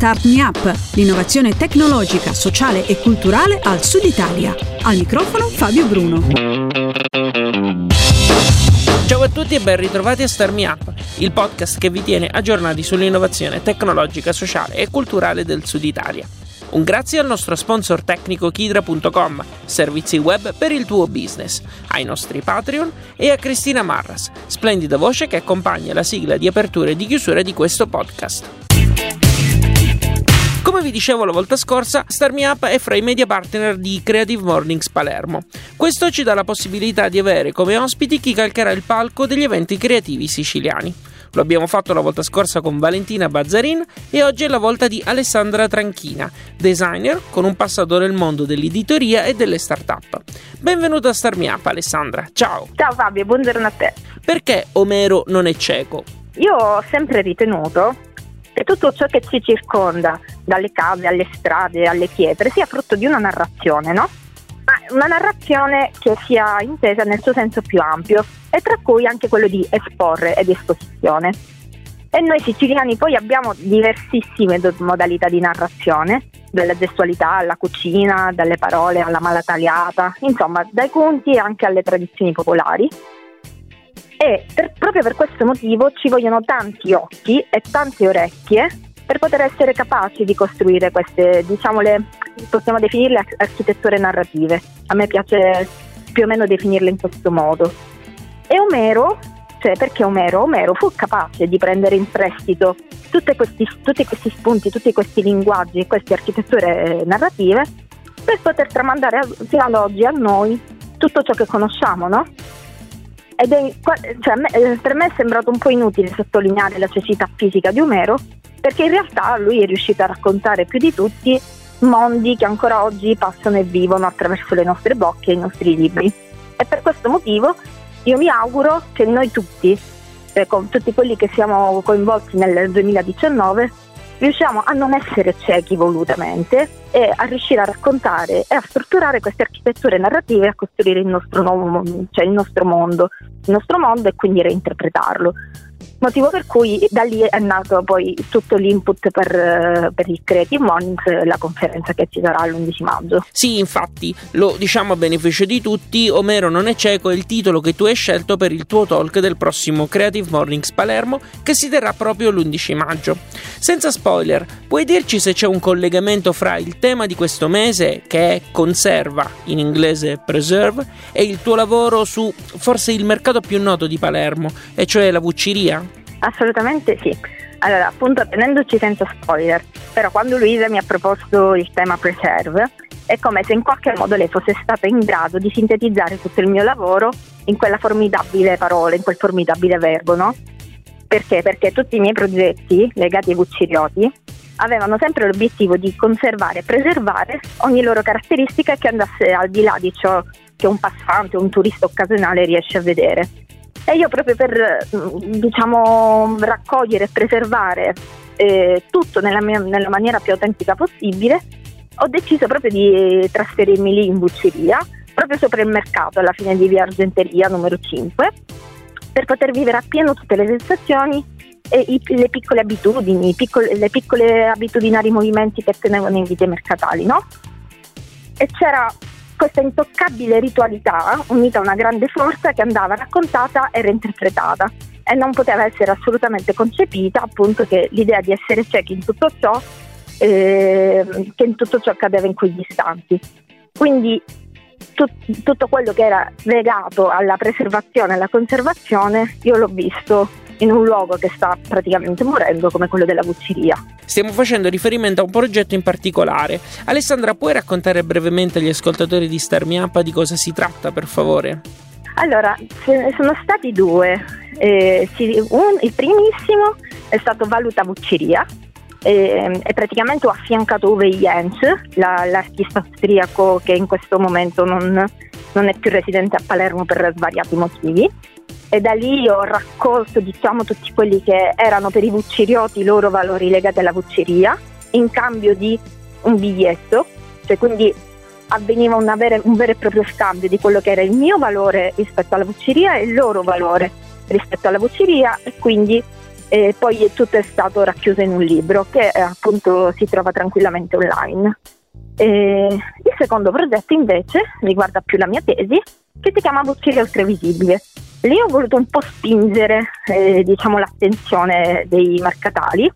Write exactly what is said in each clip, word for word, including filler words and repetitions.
Start Me Up, l'innovazione tecnologica, sociale e culturale al Sud Italia. Al microfono Fabio Bruno. Ciao a tutti e ben ritrovati a Start Me Up, il podcast che vi tiene aggiornati sull'innovazione tecnologica, sociale e culturale del Sud Italia. Un grazie al nostro sponsor tecnico Kidra punto com, servizi web per il tuo business, ai nostri Patreon e a Cristina Marras, splendida voce che accompagna la sigla di apertura e di chiusura di questo podcast. Come vi dicevo la volta scorsa, Start Me Up è fra i media partner di Creative Mornings Palermo. Questo ci dà la possibilità di avere come ospiti chi calcherà il palco degli eventi creativi siciliani. Lo abbiamo fatto la volta scorsa con Valentina Bazzarin e oggi è la volta di Alessandra Tranchina, designer con un passato nel mondo dell'editoria e delle start-up. Benvenuta a Start Me Up, Alessandra. Ciao. Ciao Fabio, buongiorno a te. Perché Omero non è cieco? Io ho sempre ritenuto che tutto ciò che ci circonda, dalle case alle strade alle pietre, sia frutto di una narrazione, no? Ma una narrazione che sia intesa nel suo senso più ampio, e tra cui anche quello di esporre ed esposizione. E noi siciliani poi abbiamo diversissime do- modalità di narrazione, dalla gestualità alla cucina, dalle parole alla malataliata, insomma dai conti anche alle tradizioni popolari. E per, proprio per questo motivo ci vogliono tanti occhi e tante orecchie per poter essere capaci di costruire queste, diciamo, le, possiamo definirle architetture narrative. A me piace più o meno definirle in questo modo. E Omero, cioè perché Omero? Omero fu capace di prendere in prestito tutti questi, tutti questi spunti, tutti questi linguaggi e queste architetture narrative per poter tramandare fino ad oggi a noi tutto ciò che conosciamo, no? Ed è, cioè, per me è sembrato un po' inutile sottolineare la cecità fisica di Omero, perché in realtà lui è riuscito a raccontare più di tutti mondi che ancora oggi passano e vivono attraverso le nostre bocche e i nostri libri. E per questo motivo io mi auguro che noi tutti, eh, con tutti quelli che siamo coinvolti nel duemiladiciannove, riusciamo a non essere ciechi volutamente e a riuscire a raccontare e a strutturare queste architetture narrative e a costruire il nostro nuovo, cioè il nostro mondo, il nostro mondo e quindi reinterpretarlo. Motivo per cui da lì è nato poi tutto l'input per, per il Creative Mornings, la conferenza che ci sarà l'undici maggio. Sì, infatti, lo diciamo a beneficio di tutti, Omero non è cieco è il titolo che tu hai scelto per il tuo talk del prossimo Creative Mornings Palermo, che si terrà proprio l'undici maggio. Senza spoiler, puoi dirci se c'è un collegamento fra il tema di questo mese, che è conserva, in inglese preserve, e il tuo lavoro su forse il mercato più noto di Palermo, e cioè la vucceria? Assolutamente sì. Allora, appunto, tenendoci senza spoiler, però quando Luisa mi ha proposto il tema preserve, è come se in qualche modo lei fosse stata in grado di sintetizzare tutto il mio lavoro in quella formidabile parola, in quel formidabile verbo, no? Perché? Perché tutti i miei progetti legati ai vuccerioti avevano sempre l'obiettivo di conservare e preservare ogni loro caratteristica che andasse al di là di ciò che un passante o un turista occasionale riesce a vedere. E io proprio per, diciamo, raccogliere e preservare eh, tutto nella, mia, nella maniera più autentica possibile, ho deciso proprio di trasferirmi lì in vucceria, proprio sopra il mercato, alla fine di via Argenteria numero cinque, per poter vivere appieno tutte le sensazioni e i, le piccole abitudini, i piccole, le piccole abitudinari movimenti che tenevano in vita i mercatali, no? E c'era questa intoccabile ritualità unita a una grande forza che andava raccontata e reinterpretata, e non poteva essere assolutamente concepita appunto che l'idea di essere ciechi in tutto ciò, eh, che in tutto ciò accadeva in quegli istanti. Quindi tut- tutto quello che era legato alla preservazione e alla conservazione io l'ho visto in un luogo che sta praticamente morendo, come quello della vucceria. Stiamo facendo riferimento a un progetto in particolare. Alessandra, puoi raccontare brevemente agli ascoltatori di Start Me Up di cosa si tratta, per favore? Allora, ce ne sono stati due. Eh, sì, un, il primissimo è stato Valuta Vucceria, eh, e praticamente ho affiancato Uwe Jens, la, l'artista austriaco che in questo momento non, non è più residente a Palermo per svariati motivi. E da lì ho raccolto, diciamo, tutti quelli che erano per i vuccerioti i loro valori legati alla vucceria, in cambio di un biglietto, cioè quindi avveniva una vera, un vero e proprio scambio di quello che era il mio valore rispetto alla vucceria e il loro valore rispetto alla vucceria, e quindi e poi tutto è stato racchiuso in un libro che eh, appunto si trova tranquillamente online. E il secondo progetto invece riguarda più la mia tesi, che si chiama Vucciria Oltrevisibile. Lì ho voluto un po' spingere eh, diciamo l'attenzione dei mercatali,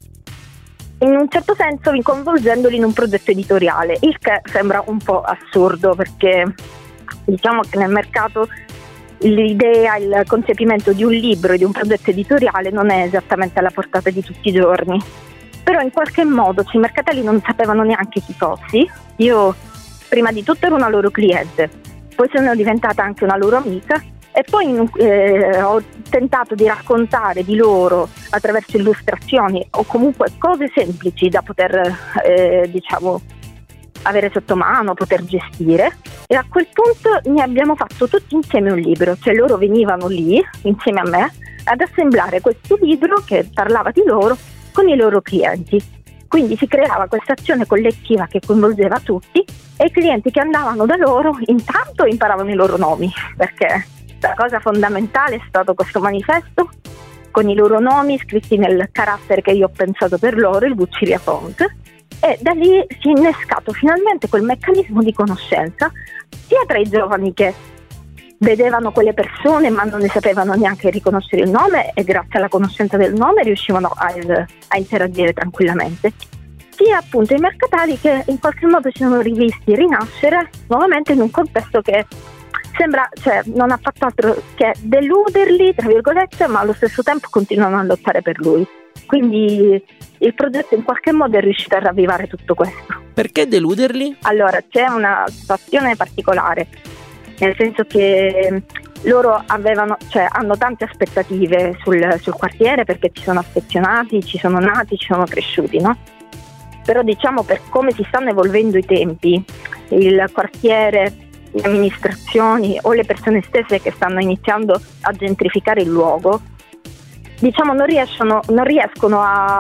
in un certo senso coinvolgendoli in un progetto editoriale, il che sembra un po' assurdo perché diciamo che nel mercato l'idea, il concepimento di un libro e di un progetto editoriale non è esattamente alla portata di tutti i giorni, però in qualche modo i mercatali non sapevano neanche chi fossi. Io prima di tutto ero una loro cliente, poi sono diventata anche una loro amica e poi eh, ho tentato di raccontare di loro attraverso illustrazioni o comunque cose semplici da poter eh, diciamo avere sotto mano, poter gestire, e a quel punto ne abbiamo fatto tutti insieme un libro, cioè loro venivano lì insieme a me ad assemblare questo libro che parlava di loro con i loro clienti. Quindi si creava questa azione collettiva che coinvolgeva tutti e i clienti che andavano da loro intanto imparavano i loro nomi, perché la cosa fondamentale è stato questo manifesto con i loro nomi scritti nel carattere che io ho pensato per loro, il Vucciria Font, e da lì si è innescato finalmente quel meccanismo di conoscenza sia tra i giovani che vedevano quelle persone ma non ne sapevano neanche riconoscere il nome e grazie alla conoscenza del nome riuscivano a, a interagire tranquillamente, sia appunto i mercatali che in qualche modo si sono rivisti rinascere nuovamente in un contesto che sembra, cioè, non ha fatto altro che deluderli, tra virgolette, ma allo stesso tempo continuano a lottare per lui. Quindi il progetto in qualche modo è riuscito a ravvivare tutto questo. Perché deluderli? Allora, c'è una situazione particolare, nel senso che loro avevano, cioè, hanno tante aspettative sul, sul quartiere perché ci sono affezionati, ci sono nati, ci sono cresciuti, no? Però diciamo per come si stanno evolvendo i tempi, il quartiere, le amministrazioni o le persone stesse che stanno iniziando a gentrificare il luogo, diciamo non riescono, non riescono a,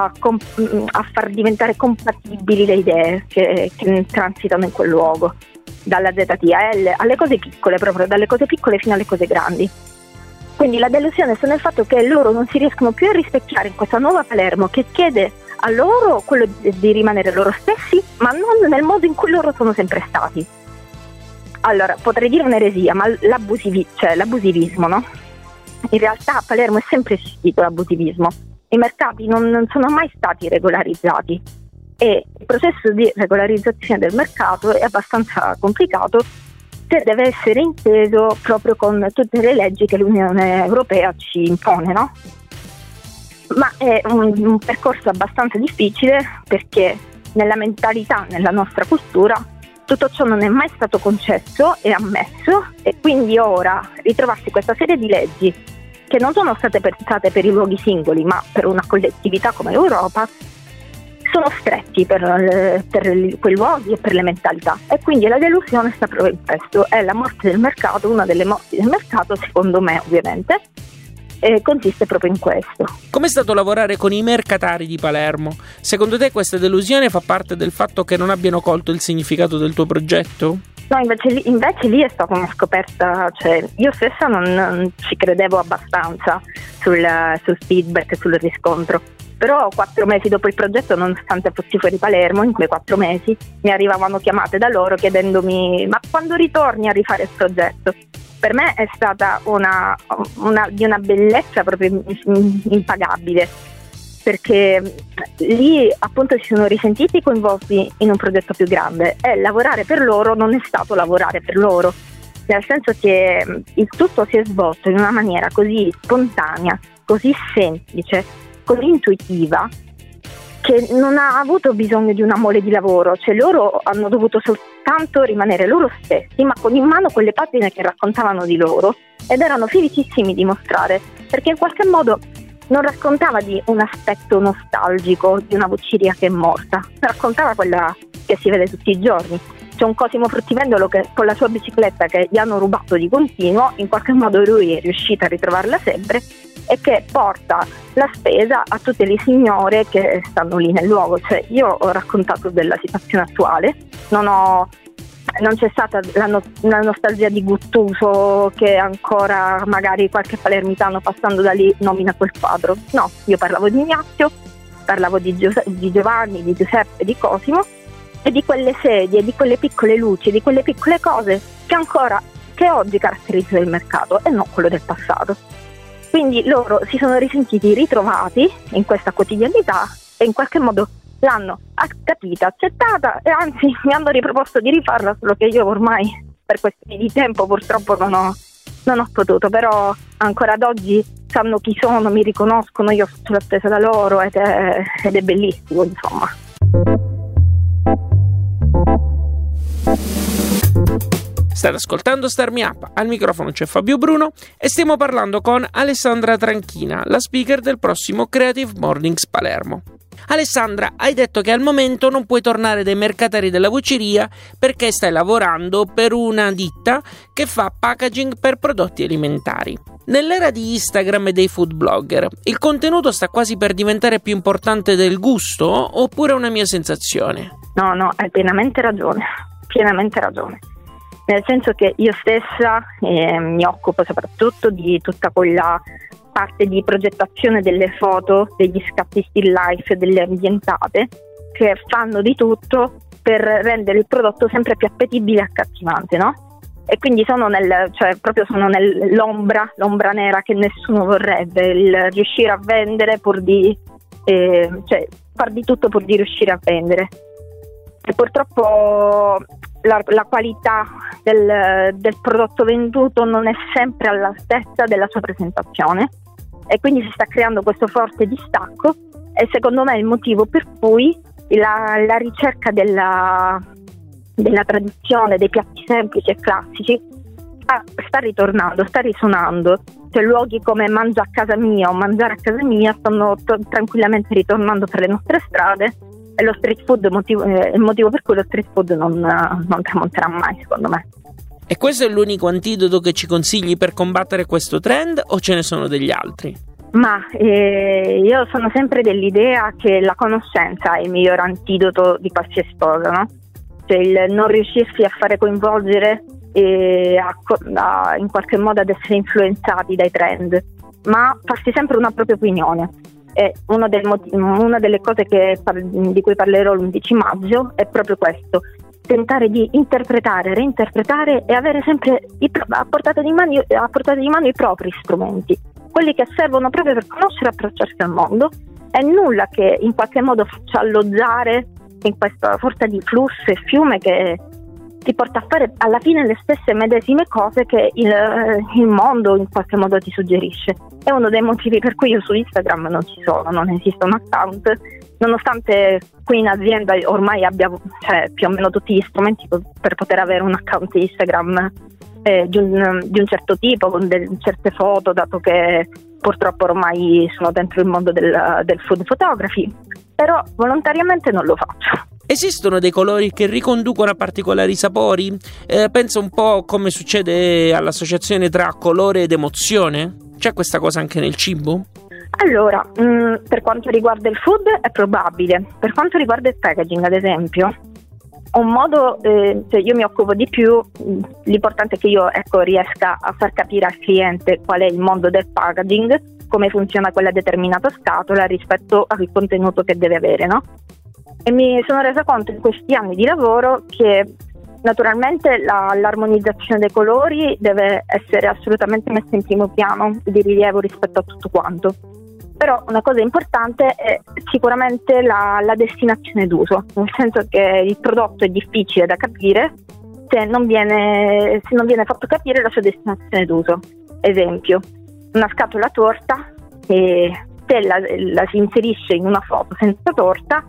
a far diventare compatibili le idee che, che transitano in quel luogo, dalla Z T L alle cose piccole, proprio dalle cose piccole fino alle cose grandi. Quindi la delusione sta nel fatto che loro non si riescono più a rispecchiare in questa nuova Palermo che chiede a loro quello di, di rimanere loro stessi, ma non nel modo in cui loro sono sempre stati. Allora, potrei dire un'eresia, ma l'abusivi, cioè l'abusivismo, no? In realtà a Palermo è sempre esistito l'abusivismo. I mercati non, non sono mai stati regolarizzati e il processo di regolarizzazione del mercato è abbastanza complicato se deve essere inteso proprio con tutte le leggi che l'Unione Europea ci impone, no? Ma è un, un percorso abbastanza difficile perché nella mentalità, nella nostra cultura, tutto ciò non è mai stato concesso e ammesso, e quindi ora ritrovarsi questa serie di leggi che non sono state pensate per i luoghi singoli ma per una collettività come l'Europa sono stretti per, per quei luoghi e per le mentalità, e quindi la delusione sta proprio in questo. È la morte del mercato, una delle morti del mercato secondo me ovviamente, e consiste proprio in questo. Com'è stato lavorare con i mercatari di Palermo? Secondo te questa delusione fa parte del fatto che non abbiano colto il significato del tuo progetto? No, invece lì, invece lì è stata una scoperta, cioè io stessa non, non ci credevo abbastanza sul, sul feedback, sul riscontro. Però quattro mesi dopo il progetto, nonostante fossi fuori Palermo, in quei quattro mesi mi arrivavano chiamate da loro chiedendomi ma quando ritorni a rifare il progetto? Per me è stata una, una, di una bellezza proprio impagabile, perché lì appunto si sono risentiti coinvolti in un progetto più grande e lavorare per loro non è stato lavorare per loro, nel senso che il tutto si è svolto in una maniera così spontanea, così semplice, così intuitiva, che non ha avuto bisogno di una mole di lavoro, cioè loro hanno dovuto soltanto rimanere loro stessi, ma con in mano quelle pagine che raccontavano di loro ed erano felicissimi di mostrare, perché in qualche modo non raccontava di un aspetto nostalgico di una Vucciria che è morta, raccontava quella che si vede tutti i giorni. C'è un Cosimo Fruttivendolo che con la sua bicicletta che gli hanno rubato di continuo, in qualche modo lui è riuscito a ritrovarla sempre e che porta la spesa a tutte le signore che stanno lì nel luogo. Cioè io ho raccontato della situazione attuale, non ho non c'è stata la, no- la nostalgia di Guttuso che ancora magari qualche palermitano passando da lì nomina quel quadro. No, io parlavo di Ignazio, parlavo di, Giuse- di Giovanni, di Giuseppe, di Cosimo e di quelle sedie, di quelle piccole luci, di quelle piccole cose che ancora, che oggi caratterizzano il mercato e non quello del passato. Quindi loro si sono risentiti ritrovati in questa quotidianità e in qualche modo l'hanno capita, accettata e anzi mi hanno riproposto di rifarla, solo che io ormai per questioni di tempo purtroppo non ho, non ho potuto, però ancora ad oggi sanno chi sono, mi riconoscono, io sono attesa da loro ed è, ed è bellissimo, insomma. State ascoltando Start Me Up, al microfono c'è Fabio Bruno e stiamo parlando con Alessandra Tranchina, la speaker del prossimo Creative Mornings Palermo. Alessandra, hai detto che al momento non puoi tornare dai mercatari della voceria perché stai lavorando per una ditta che fa packaging per prodotti alimentari. Nell'era di Instagram e dei food blogger, il contenuto sta quasi per diventare più importante del gusto oppure è una mia sensazione? No, no, hai pienamente ragione, pienamente ragione. Nel senso che io stessa eh, mi occupo soprattutto di tutta quella parte di progettazione delle foto, degli scatti still life, delle ambientate, che fanno di tutto per rendere il prodotto sempre più appetibile e accattivante, no? E quindi sono nel, cioè proprio sono nell'ombra, l'ombra nera che nessuno vorrebbe, il riuscire a vendere pur di, eh, cioè far di tutto pur di riuscire a vendere. E purtroppo la, la qualità del, del prodotto venduto non è sempre all'altezza della sua presentazione e quindi si sta creando questo forte distacco e secondo me è il motivo per cui la, la ricerca della, della tradizione, dei piatti semplici e classici ah, sta ritornando, sta risuonando. Cioè luoghi come Mangia a casa mia o Mangiare a casa mia stanno to- tranquillamente ritornando per le nostre strade e lo street food è motivo, è il motivo per cui lo street food non, non tramonterà mai, secondo me. E questo è l'unico antidoto che ci consigli per combattere questo trend o ce ne sono degli altri? Ma eh, io sono sempre dell'idea che la conoscenza è il miglior antidoto di qualsiasi cosa, no? Cioè il non riuscirsi a fare coinvolgere e a, a, in qualche modo ad essere influenzati dai trend, ma farsi sempre una propria opinione. E uno del motiv- una delle cose che, di cui parlerò l'undici maggio è proprio questo: tentare di interpretare, reinterpretare e avere sempre i, a, portata di mano, a portata di mano i propri strumenti, quelli che servono proprio per conoscere e approcciarsi al mondo, e nulla che in qualche modo faccia alloggiare in questa sorta di flusso e fiume che ti porta a fare alla fine le stesse medesime cose che il, il mondo in qualche modo ti suggerisce. È uno dei motivi per cui io su Instagram non ci sono, non esiste un account, nonostante qui in azienda ormai abbia cioè, più o meno tutti gli strumenti per poter avere un account Instagram eh, di, un, di un certo tipo, con de- certe foto, dato che purtroppo ormai sono dentro il mondo del, del food photography, però volontariamente non lo faccio. Esistono dei colori che riconducono a particolari sapori? Eh, penso un po' come succede all'associazione tra colore ed emozione. C'è questa cosa anche nel cibo? Allora, mh, per quanto riguarda il food è probabile. Per quanto riguarda il packaging, ad esempio, un modo, eh, cioè io mi occupo di più, mh, l'importante è che io ecco, riesca a far capire al cliente qual è il mondo del packaging, come funziona quella determinata scatola rispetto al contenuto che deve avere, no? E mi sono resa conto in questi anni di lavoro che naturalmente la, l'armonizzazione dei colori deve essere assolutamente messa in primo piano di rilievo rispetto a tutto quanto. Però una cosa importante è sicuramente la, la destinazione d'uso, nel senso che il prodotto è difficile da capire se non viene, se non viene fatto capire la sua destinazione d'uso. Esempio, una scatola torta, e se la, la si inserisce in una foto senza torta,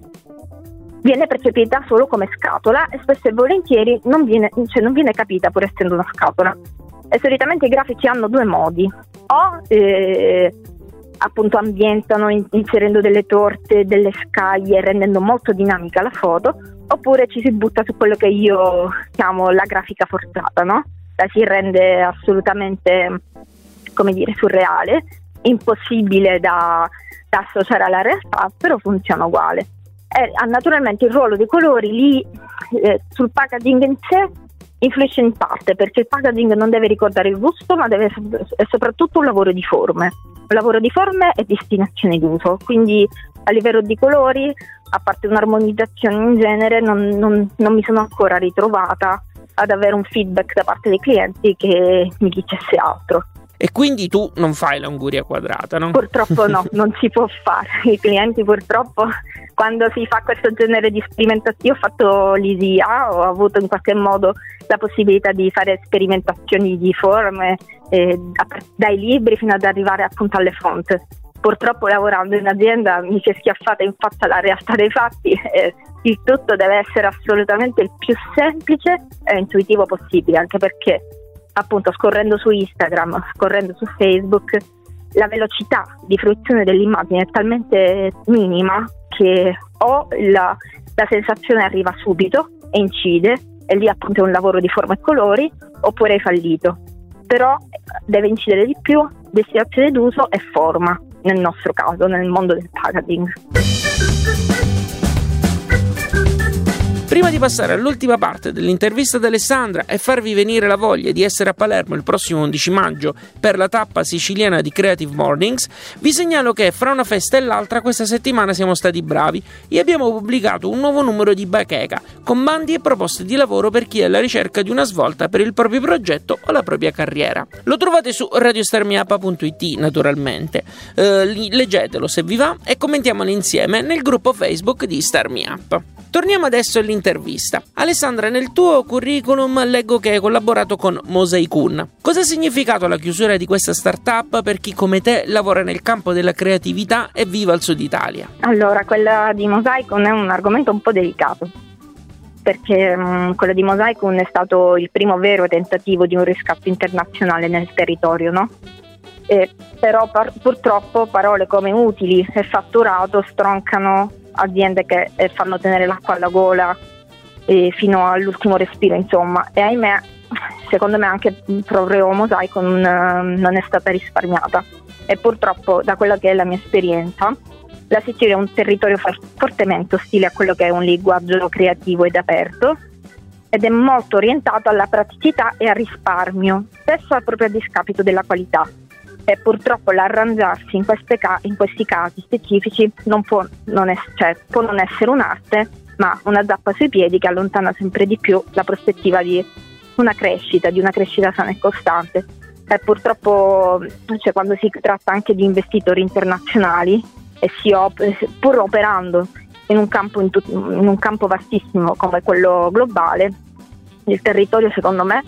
viene percepita solo come scatola e spesso e volentieri non viene, cioè non viene capita pur essendo una scatola. E solitamente i grafici hanno due modi: o eh, appunto ambientano in, inserendo delle torte, delle scaglie, rendendo molto dinamica la foto, oppure ci si butta su quello che io chiamo la grafica forzata, no? La si rende assolutamente, come dire, surreale, impossibile da, da associare alla realtà, però funziona uguale. E naturalmente il ruolo dei colori lì eh, sul packaging in sé influisce in parte, perché il packaging non deve ricordare il gusto, ma deve è soprattutto un lavoro di forme, un lavoro di forme e destinazione d'uso, quindi a livello di colori, a parte un'armonizzazione in genere, non, non, non mi sono ancora ritrovata ad avere un feedback da parte dei clienti che mi dicesse altro. E quindi tu non fai l'anguria quadrata, no? Purtroppo no, non si può fare. I clienti purtroppo, quando si fa questo genere di sperimentazioni, ho fatto l'I S I A, ho avuto in qualche modo la possibilità di fare sperimentazioni di forme, eh, dai libri fino ad arrivare appunto alle font. Purtroppo lavorando in azienda mi si è schiaffata in faccia la realtà dei fatti, e il tutto deve essere assolutamente il più semplice e intuitivo possibile, anche perché appunto scorrendo su Instagram, scorrendo su Facebook, la velocità di fruizione dell'immagine è talmente minima che o la, la sensazione arriva subito e incide, e lì appunto è un lavoro di forma e colori, oppure hai fallito. Però deve incidere di più destinazione d'uso e forma, nel nostro caso, nel mondo del packaging. Prima di passare all'ultima parte dell'intervista ad Alessandra e farvi venire la voglia di essere a Palermo il prossimo undici maggio per la tappa siciliana di Creative Mornings, vi segnalo che fra una festa e l'altra questa settimana siamo stati bravi e abbiamo pubblicato un nuovo numero di Bacheca con bandi e proposte di lavoro per chi è alla ricerca di una svolta per il proprio progetto o la propria carriera. Lo trovate su radiostarmiup punto it naturalmente. Eh, leggetelo se vi va e commentiamolo insieme nel gruppo Facebook di Start Me Up. Torniamo adesso all'intervista. Alessandra, nel tuo curriculum leggo che hai collaborato con Mosaicun. Cosa ha significato la chiusura di questa startup per chi come te lavora nel campo della creatività e vive al sud Italia? Allora, quella di Mosaicun è un argomento un po' delicato, perché um, quello di Mosaicun è stato il primo vero tentativo di un riscatto internazionale nel territorio, no? E, però par- purtroppo parole come utili e fatturato stroncano aziende che eh, fanno tenere l'acqua alla gola eh, fino all'ultimo respiro, insomma, e ahimè secondo me anche proprio Mosaicun eh, non è stata risparmiata, e purtroppo da quella che è la mia esperienza la Sicilia è un territorio for- fortemente ostile a quello che è un linguaggio creativo ed aperto, ed è molto orientato alla praticità e al risparmio, spesso proprio a discapito della qualità. E purtroppo l'arrangiarsi in, queste ca- in questi casi specifici non può non, es- cioè, può non essere un'arte, ma una zappa sui piedi che allontana sempre di più la prospettiva di una crescita, di una crescita sana e costante. E purtroppo, cioè, quando si tratta anche di investitori internazionali, e si op- pur operando in un campo, in tut- in un campo vastissimo come quello globale, il territorio secondo me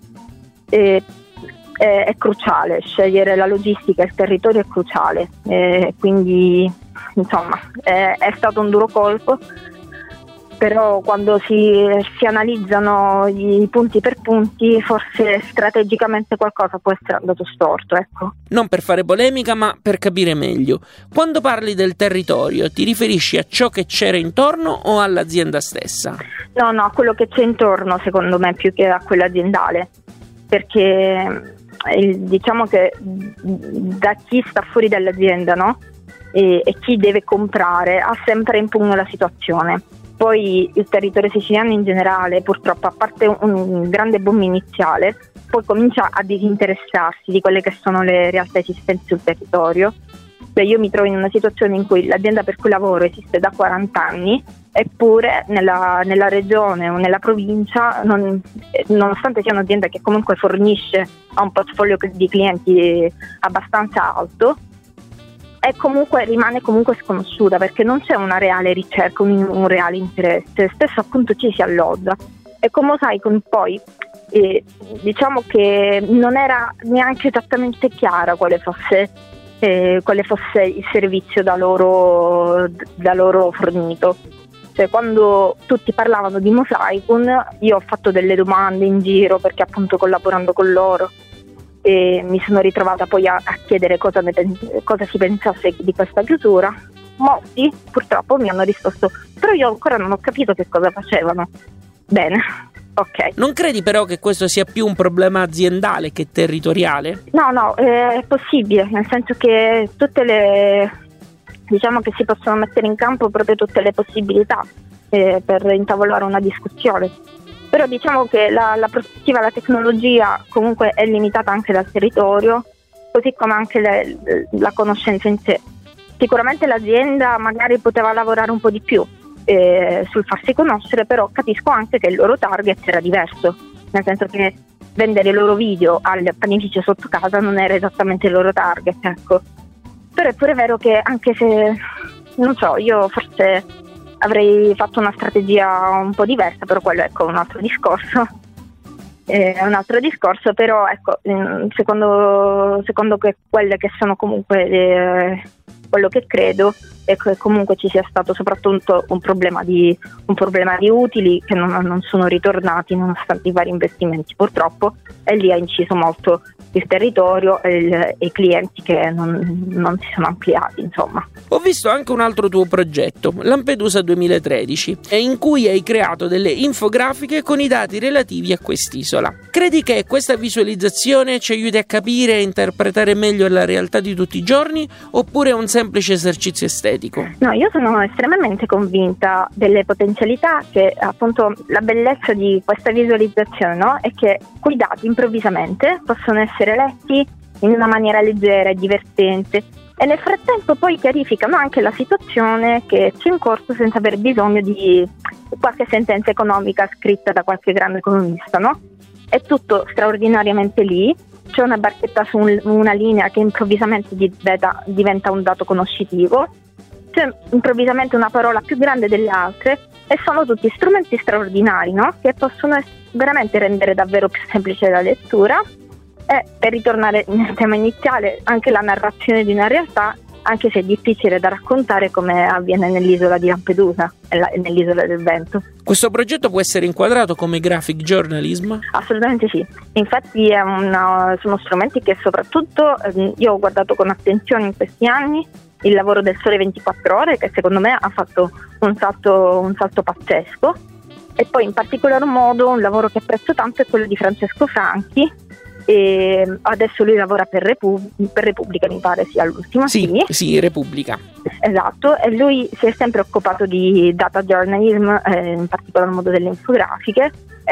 è È, è cruciale, scegliere la logistica e il territorio è cruciale, e quindi insomma è, è stato un duro colpo, però quando si, si analizzano i punti per punti forse strategicamente qualcosa può essere andato storto, ecco. Non per fare polemica, ma per capire meglio, quando parli del territorio ti riferisci a ciò che c'era intorno o all'azienda stessa? No, no, a quello che c'è intorno secondo me più che a quello aziendale, perché diciamo che da chi sta fuori dall'azienda, no? E, e chi deve comprare ha sempre in pugno la situazione. Poi il territorio siciliano in generale, purtroppo, a parte un, un grande boom iniziale, poi comincia a disinteressarsi di quelle che sono le realtà esistenti sul territorio. Beh, io mi trovo in una situazione in cui l'azienda per cui lavoro esiste da quaranta anni, eppure nella, nella regione o nella provincia, non, nonostante sia un'azienda che comunque fornisce a un portfolio di clienti abbastanza alto, è comunque, rimane comunque sconosciuta, perché non c'è una reale ricerca, un, un reale interesse, spesso appunto ci si alloda. E come Mosaicun poi eh, diciamo che non era neanche esattamente chiara quale fosse eh, quale fosse il servizio da loro, da loro fornito. Cioè, quando tutti parlavano di Mosaicun, io ho fatto delle domande in giro, perché appunto collaborando con loro, e mi sono ritrovata poi a, a chiedere cosa, ne, cosa si pensasse di questa chiusura. Molti purtroppo mi hanno risposto: però io ancora non ho capito che cosa facevano. Bene, ok. Non credi però che questo sia più un problema aziendale che territoriale? No, no, è possibile, nel senso che tutte le... diciamo che si possono mettere in campo proprio tutte le possibilità eh, per intavolare una discussione. Però diciamo che la, la prospettiva, la tecnologia comunque è limitata anche dal territorio, così come anche le, la conoscenza in sé. Sicuramente l'azienda magari poteva lavorare un po' di più eh, sul farsi conoscere, però capisco anche che il loro target era diverso, nel senso che vendere i loro video al panificio sotto casa non era esattamente il loro target, ecco. Però è pure vero che anche se, non so, io forse avrei fatto una strategia un po' diversa, però quello ecco un altro discorso. È un altro discorso, però ecco, secondo, secondo che quelle che sono comunque le, quello che credo è che comunque ci sia stato soprattutto un problema di, un problema di utili che non, non sono ritornati nonostante i vari investimenti purtroppo, e lì ha inciso molto il territorio e, il, e i clienti che non, non si sono ampliati, insomma. Ho visto anche un altro tuo progetto, Lampedusa duemilatredici, in cui hai creato delle infografiche con i dati relativi a quest'isola. Credi che questa visualizzazione ci aiuti a capire e interpretare meglio la realtà di tutti i giorni, oppure è un semplice esercizio estetico? No, io sono estremamente convinta delle potenzialità, che appunto la bellezza di questa visualizzazione, no? È che quei dati improvvisamente possono essere letti in una maniera leggera e divertente, e nel frattempo poi chiarificano anche la situazione che c'è in corso senza aver bisogno di qualche sentenza economica scritta da qualche grande economista, no? È tutto straordinariamente lì, c'è una barchetta su un, una linea che improvvisamente diventa, diventa un dato conoscitivo, c'è improvvisamente una parola più grande delle altre, e sono tutti strumenti straordinari, no? Che possono veramente rendere davvero più semplice la lettura. E per ritornare nel tema iniziale, anche la narrazione di una realtà, anche se è difficile da raccontare, come avviene nell'isola di Lampedusa e nell'isola del vento. Questo progetto può essere inquadrato come graphic journalism? Assolutamente sì, infatti è una, sono strumenti che soprattutto eh, io ho guardato con attenzione in questi anni. Il lavoro del Sole ventiquattro Ore, che secondo me ha fatto un salto, un salto pazzesco, e poi in particolar modo un lavoro che apprezzo tanto è quello di Francesco Franchi, e adesso lui lavora per, Repu- per Repubblica, mi pare sia l'ultima. Sì, sì, sì, Repubblica. Esatto, e lui si è sempre occupato di data journalism, eh, in particolar modo delle infografiche,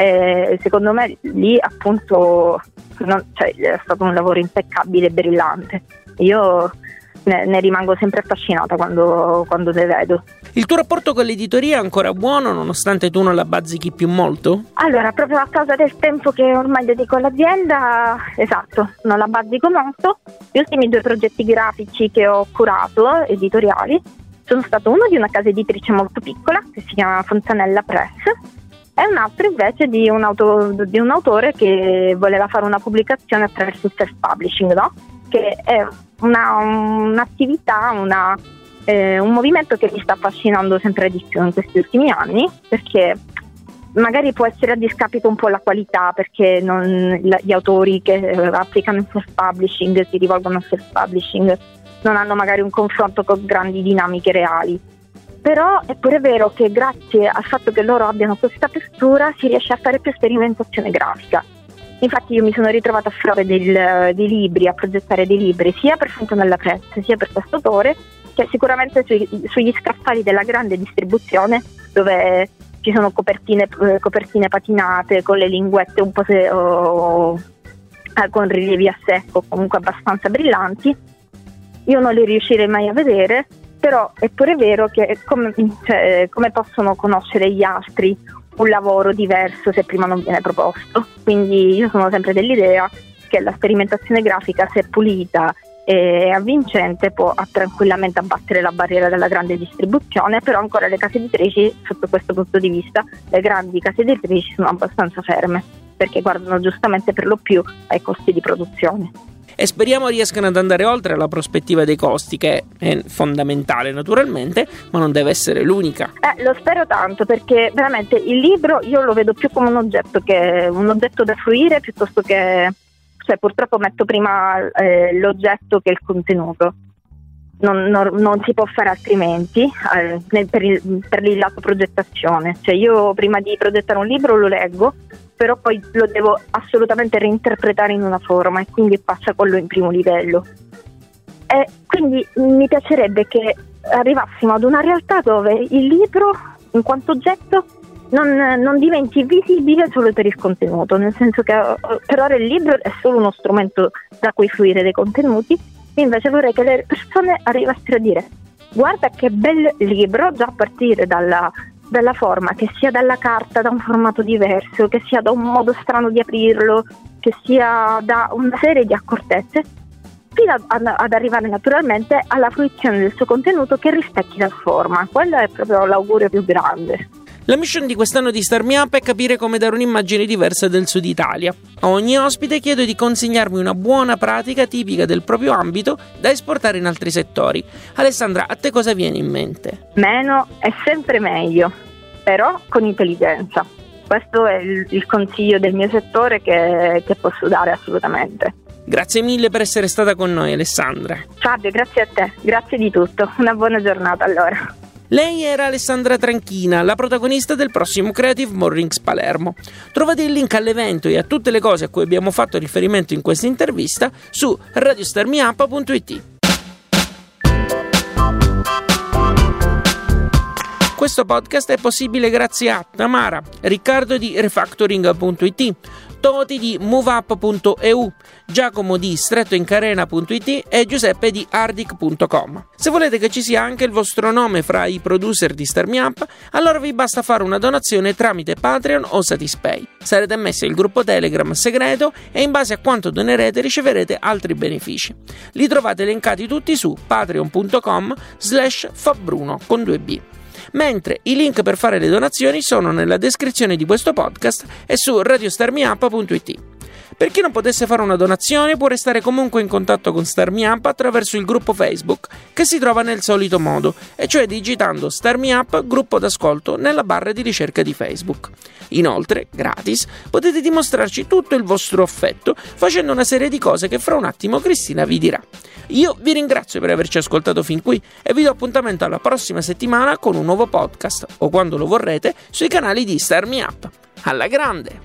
e secondo me lì appunto non, cioè, è stato un lavoro impeccabile e brillante. Io ne, ne rimango sempre affascinata quando, quando le vedo. Il tuo rapporto con l'editoria è ancora buono nonostante tu non la bazzichi più molto? Allora, proprio a causa del tempo che ormai dedico all'azienda, esatto, non la bazzico molto. Gli ultimi due progetti grafici che ho curato, editoriali, sono stato uno di una casa editrice molto piccola che si chiama Fontanella Press, e un altro invece di un, auto, di un autore che voleva fare una pubblicazione attraverso il self-publishing, no? Che è una, un'attività, una... Eh, un movimento che mi sta affascinando sempre di più in questi ultimi anni, perché magari può essere a discapito un po' la qualità, perché non, la, gli autori che eh, applicano il self-publishing, si rivolgono al self-publishing, non hanno magari un confronto con grandi dinamiche reali. Però è pure vero che grazie al fatto che loro abbiano questa apertura si riesce a fare più sperimentazione grafica. Infatti io mi sono ritrovata a fare del, dei libri, a progettare dei libri sia per Fontanella Press sia per questo autore, che sicuramente sui, sugli scaffali della grande distribuzione, dove ci sono copertine, copertine patinate con le linguette un po' se, o, con rilievi a secco, comunque abbastanza brillanti. Io non li riuscirei mai a vedere, però è pure vero che come, cioè, come possono conoscere gli altri un lavoro diverso se prima non viene proposto. Quindi io sono sempre dell'idea che la sperimentazione grafica, se pulita e avvincente, può tranquillamente abbattere la barriera della grande distribuzione, però ancora le case editrici, sotto questo punto di vista, le grandi case editrici sono abbastanza ferme, perché guardano giustamente per lo più ai costi di produzione. E speriamo riescano ad andare oltre la prospettiva dei costi, che è fondamentale naturalmente, ma non deve essere l'unica. Eh, lo spero tanto, perché veramente il libro io lo vedo più come un oggetto, che un oggetto da fruire, piuttosto che, cioè purtroppo metto prima eh, l'oggetto che il contenuto. Non, non, non si può fare altrimenti eh, nel, per, il, per il lato progettazione. Cioè io prima di progettare un libro lo leggo, però poi lo devo assolutamente reinterpretare in una forma, e quindi passa quello in primo livello. E quindi mi piacerebbe che arrivassimo ad una realtà dove il libro, in quanto oggetto, non, non diventi visibile solo per il contenuto, nel senso che per ora il libro è solo uno strumento da cui fruire dei contenuti, invece vorrei che le persone arrivassero a dire: guarda che bel libro, già a partire dalla, dalla forma, che sia dalla carta, da un formato diverso, che sia da un modo strano di aprirlo, che sia da una serie di accortezze, fino ad, ad arrivare naturalmente alla fruizione del suo contenuto che rispecchi la forma. Quello è proprio l'augurio più grande. La mission di quest'anno di Start Me Up è capire come dare un'immagine diversa del Sud Italia. A ogni ospite chiedo di consegnarmi una buona pratica tipica del proprio ambito da esportare in altri settori. Alessandra, a te cosa viene in mente? Meno è sempre meglio, però con intelligenza. Questo è il, il consiglio del mio settore che, che posso dare assolutamente. Grazie mille per essere stata con noi, Alessandra. Fabio, grazie a te, grazie di tutto. Una buona giornata allora. Lei era Alessandra Tranchina, la protagonista del prossimo Creative Mornings Palermo. Trovate il link all'evento e a tutte le cose a cui abbiamo fatto riferimento in questa intervista su radio star me up punto it. Questo podcast è possibile grazie a Tamara, Riccardo di refactoring punto it, Toti di moveup punto e u, Giacomo di strettoincarena punto it e Giuseppe di ardic punto com. Se volete che ci sia anche il vostro nome fra i producer di Start Me Up, allora vi basta fare una donazione tramite Patreon o Satispay. Sarete ammessi al gruppo Telegram segreto e in base a quanto donerete riceverete altri benefici. Li trovate elencati tutti su patreon punto com slash fabbruno con due b. Mentre i link per fare le donazioni sono nella descrizione di questo podcast e su radio star me up punto it. Per chi non potesse fare una donazione può restare comunque in contatto con Start Me Up attraverso il gruppo Facebook che si trova nel solito modo, e cioè digitando Start Me Up gruppo d'ascolto nella barra di ricerca di Facebook. Inoltre, gratis, potete dimostrarci tutto il vostro affetto facendo una serie di cose che fra un attimo Cristina vi dirà. Io vi ringrazio per averci ascoltato fin qui e vi do appuntamento alla prossima settimana con un nuovo podcast o quando lo vorrete sui canali di Start Me Up. Alla grande!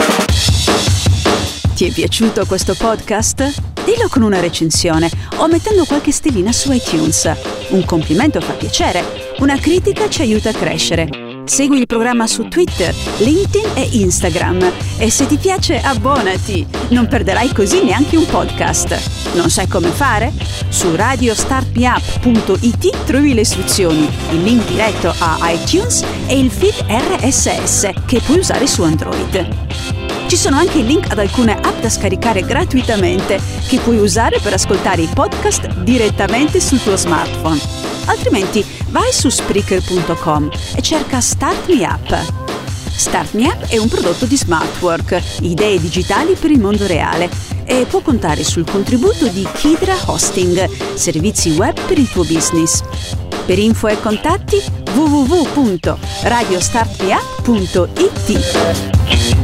Ti è piaciuto questo podcast? Dillo con una recensione o mettendo qualche stellina su iTunes. Un complimento fa piacere, una critica ci aiuta a crescere. Segui il programma su Twitter, LinkedIn e Instagram e se ti piace abbonati, non perderai così neanche un podcast. Non sai come fare? Su radio start me up punto it trovi le istruzioni, il link diretto a iTunes e il feed R S S che puoi usare su Android. Ci sono anche i link ad alcune app da scaricare gratuitamente che puoi usare per ascoltare i podcast direttamente sul tuo smartphone. Altrimenti vai su spreaker punto com e cerca Start Me Up. Start Me Up è un prodotto di Smartwork, idee digitali per il mondo reale, e può contare sul contributo di Kidra Hosting, servizi web per il tuo business. Per info e contatti w w w punto radio start me up punto it.